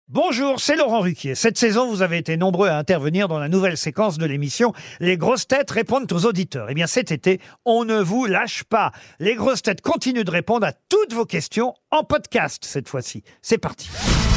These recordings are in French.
Bonjour, c'est Laurent Ruquier. Cette saison, vous avez été nombreux à intervenir dans la nouvelle séquence de l'émission Les grosses têtes répondent aux auditeurs. Eh bien, cet été, on ne vous lâche pas. Les grosses têtes continuent de répondre à toutes vos questions en podcast cette fois-ci. C'est parti.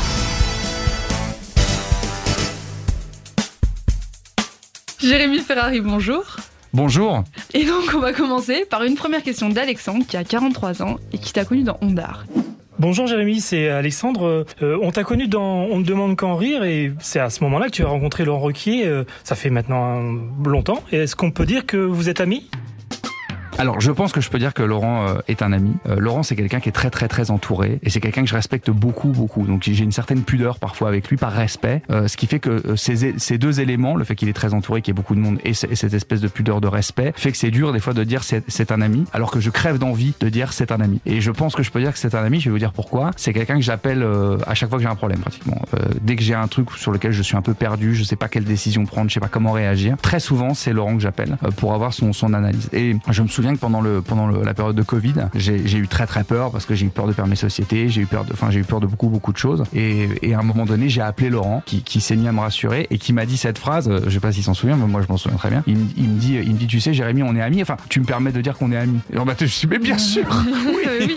Jérémy Ferrari, bonjour. Bonjour. Et donc, on va commencer par une première question d'Alexandre qui a 43 ans et qui t'a connu dans Ondar. Bonjour Jérémy, c'est Alexandre. On t'a connu dans On ne demande qu'en rire et c'est à ce moment-là que tu as rencontré Laurent Ruquier. Ça fait maintenant longtemps. Et est-ce qu'on peut dire que vous êtes amis ? Alors, je pense que je peux dire que Laurent est un ami. Laurent, c'est quelqu'un qui est très, très, très entouré. Et c'est quelqu'un que je respecte beaucoup, beaucoup. Donc, j'ai une certaine pudeur parfois avec lui, par respect. Ce qui fait que ces deux éléments, le fait qu'il est très entouré, qu'il y ait beaucoup de monde, et cette espèce de pudeur de respect, fait que c'est dur des fois de dire c'est un ami, alors que je crève d'envie de dire c'est un ami. Et je pense que je peux dire que c'est un ami, je vais vous dire pourquoi. C'est quelqu'un que j'appelle à chaque fois que j'ai un problème, pratiquement. Dès que j'ai un truc sur lequel je suis un peu perdu, je sais pas quelle décision prendre, je sais pas comment réagir. Très souvent, c'est Laurent que j'appelle pour avoir son analyse. Et je me souviens que pendant la période de Covid, j'ai eu très très peur parce que j'ai eu peur de perdre mes sociétés, j'ai eu peur de beaucoup de choses. Et à un moment donné, j'ai appelé Laurent qui s'est mis à me rassurer et qui m'a dit cette phrase, je sais pas s'il s'en souvient, mais moi je m'en souviens très bien. Il me dit, tu sais Jérémy, on est amis, enfin tu me permets de dire qu'on est amis. Et je suis mais bien sûr. Oui.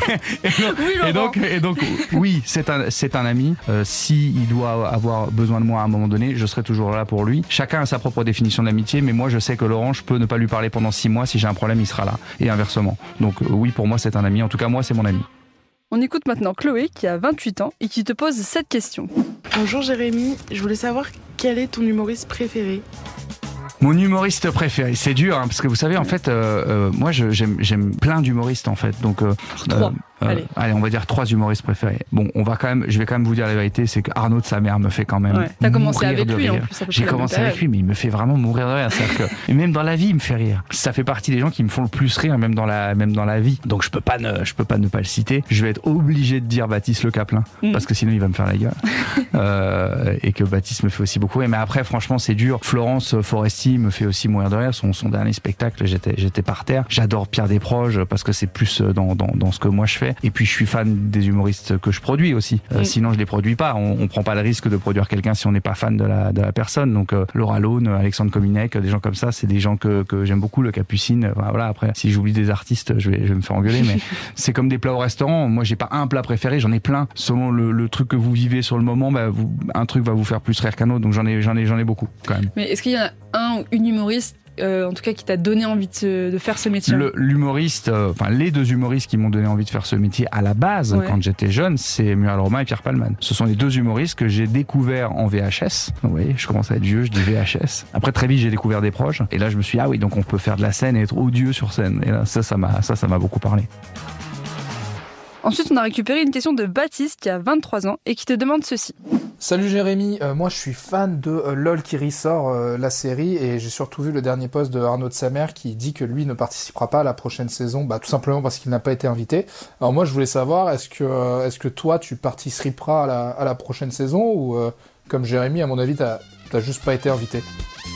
et donc oui, c'est un ami. S'il doit avoir besoin de moi à un moment donné, je serai toujours là pour lui. Chacun a sa propre définition de l'amitié, mais moi je sais que Laurent, je peux ne pas lui parler pendant 6 mois, si j'ai un problème, il sera là. Et inversement. Donc oui, pour moi, c'est un ami. En tout cas, moi, c'est mon ami. On écoute maintenant Chloé, qui a 28 ans et qui te pose cette question. Bonjour Jérémy, je voulais savoir quel est ton humoriste préféré ? Mon humoriste préféré, c'est dur, hein, parce que vous savez, en fait, moi, j'aime plein d'humoristes, en fait. Donc, 3. Allez, on va dire 3 humoristes préférés. Bon, je vais quand même vous dire la vérité, c'est que Arnaud de sa mère me fait quand même. Ouais. T'as commencé avec lui, rire. En plus. J'ai commencé avec lui, mais il me fait vraiment mourir de rire. C'est-à-dire que, et même dans la vie, il me fait rire. Ça fait partie des gens qui me font le plus rire, même dans la vie. Donc, je peux pas ne pas le citer. Je vais être obligé de dire Baptiste Le Caplin, parce que sinon il va me faire la gueule. Et que Baptiste me fait aussi beaucoup rire. Mais après, franchement, c'est dur. Florence Foresti me fait aussi mourir de rire. Son dernier spectacle, j'étais par terre. J'adore Pierre Desproges parce que c'est plus dans ce que moi je fais. Et puis, je suis fan des humoristes que je produis aussi. Sinon, je les produis pas. On prend pas le risque de produire quelqu'un si on n'est pas fan de la personne. Donc, Laura Lone, Alexandre Kominek, des gens comme ça, c'est des gens que j'aime beaucoup. Le Capucine, voilà. Après, si j'oublie des artistes, je vais me faire engueuler. Mais c'est comme des plats au restaurant. Moi, j'ai pas un plat préféré, j'en ai plein. Selon le truc que vous vivez sur le moment, un truc va vous faire plus rire qu'un autre. Donc, j'en ai beaucoup quand même. Mais est-ce qu'il y a un ou une humoriste en tout cas qui t'a donné envie de faire ce métier? L'humoriste, les 2 humoristes qui m'ont donné envie de faire ce métier à la base, quand j'étais jeune, c'est Muriel Robin et Pierre Palmade. Ce sont les 2 humoristes que j'ai découverts en VHS. Vous voyez, je commence à être vieux, je dis VHS. Après, très vite, j'ai découvert des proches. Et là, je me suis dit, ah oui, donc on peut faire de la scène et être odieux sur scène. Et là, ça m'a beaucoup parlé. Ensuite, on a récupéré une question de Baptiste qui a 23 ans et qui te demande ceci. Salut Jérémy, moi je suis fan de LOL qui ressort la série et j'ai surtout vu le dernier post de Arnaud de sa mère qui dit que lui ne participera pas à la prochaine saison, tout simplement parce qu'il n'a pas été invité. Alors moi je voulais savoir, est-ce que toi tu participeras à la prochaine saison ou comme Jérémy, à mon avis t'as juste pas été invité?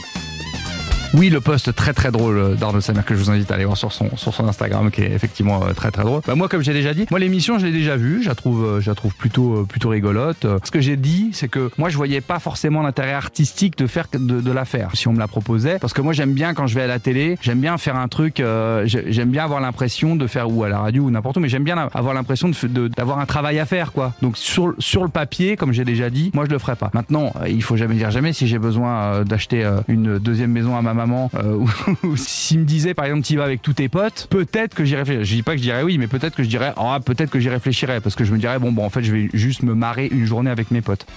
Oui, le post très très drôle d'Arnaud de sa mère que je vous invite à aller voir sur son Instagram, qui est effectivement très très drôle. Moi, comme j'ai déjà dit, l'émission je l'ai déjà vue, je la trouve plutôt rigolote. Ce que j'ai dit, c'est que moi je voyais pas forcément l'intérêt artistique de la faire si on me la proposait, parce que moi j'aime bien quand je vais à la télé, j'aime bien faire un truc, j'aime bien avoir l'impression de faire, ou à la radio ou n'importe où, mais j'aime bien avoir l'impression d'avoir un travail à faire, quoi. Donc sur le papier, comme j'ai déjà dit, moi je le ferai pas. Maintenant, il faut jamais dire jamais. Si j'ai besoin d'acheter une deuxième maison à ma maman, ou s'il me disait par exemple tu y vas avec tous tes potes, peut-être que j'y réfléchirais. Je dis pas que je dirais oui, mais peut-être que je dirais peut-être que j'y réfléchirais, parce que je me dirais en fait je vais juste me marrer une journée avec mes potes.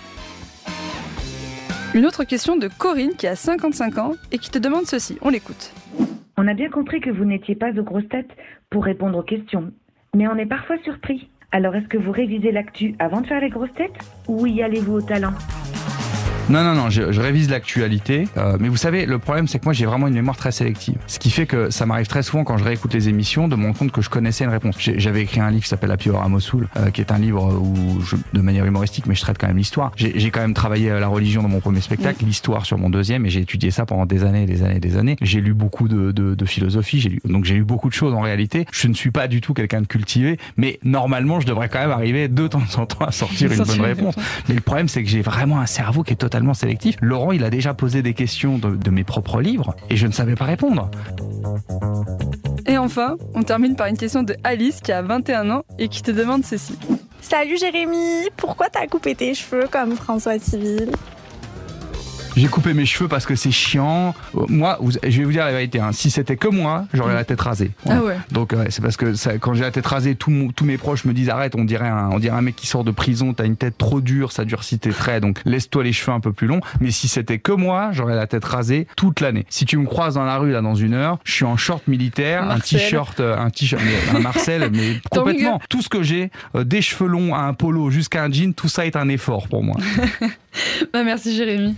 Une autre question de Corinne qui a 55 ans et qui te demande ceci, on l'écoute. On a bien compris que vous n'étiez pas aux grosses têtes pour répondre aux questions, mais on est parfois surpris. Alors est-ce que vous révisez l'actu avant de faire les grosses têtes ou y allez-vous au talent ? Non, je révise l'actualité. Mais vous savez, le problème, c'est que moi, j'ai vraiment une mémoire très sélective. Ce qui fait que ça m'arrive très souvent, quand je réécoute les émissions, de me rendre compte que je connaissais une réponse. J'avais écrit un livre qui s'appelle Apiora à Mossoul, qui est un livre où, de manière humoristique, mais je traite quand même l'histoire. J'ai quand même travaillé la religion dans mon premier spectacle, l'histoire sur mon deuxième, et j'ai étudié ça pendant des années. J'ai lu beaucoup de philosophie, donc j'ai lu beaucoup de choses en réalité. Je ne suis pas du tout quelqu'un de cultivé, mais normalement, je devrais quand même arriver de temps en temps à sortir une bonne réponse. Mais le problème, c'est que j'ai vraiment un cerveau qui est totalement sélectif. Laurent, il a déjà posé des questions de mes propres livres et je ne savais pas répondre. Et enfin, on termine par une question de Alice qui a 21 ans et qui te demande ceci. Salut Jérémy, pourquoi t'as coupé tes cheveux comme François Civil ? J'ai coupé mes cheveux parce que c'est chiant. Moi, je vais vous dire la vérité, si c'était que moi, j'aurais la tête rasée. Voilà. Ah ouais. Donc c'est parce que quand j'ai la tête rasée, tous mes proches me disent arrête, on dirait un mec qui sort de prison, t'as une tête trop dure, ça durcit tes traits, donc laisse-toi les cheveux un peu plus longs. Mais si c'était que moi, j'aurais la tête rasée toute l'année. Si tu me croises dans la rue là dans une heure, je suis en short militaire, un t-shirt, un Marcel, mais complètement. Tout ce que j'ai, des cheveux longs à un polo jusqu'à un jean, tout ça est un effort pour moi. Merci Jérémy.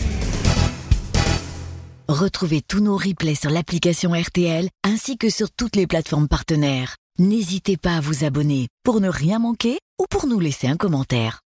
Retrouvez tous nos replays sur l'application RTL ainsi que sur toutes les plateformes partenaires. N'hésitez pas à vous abonner pour ne rien manquer ou pour nous laisser un commentaire.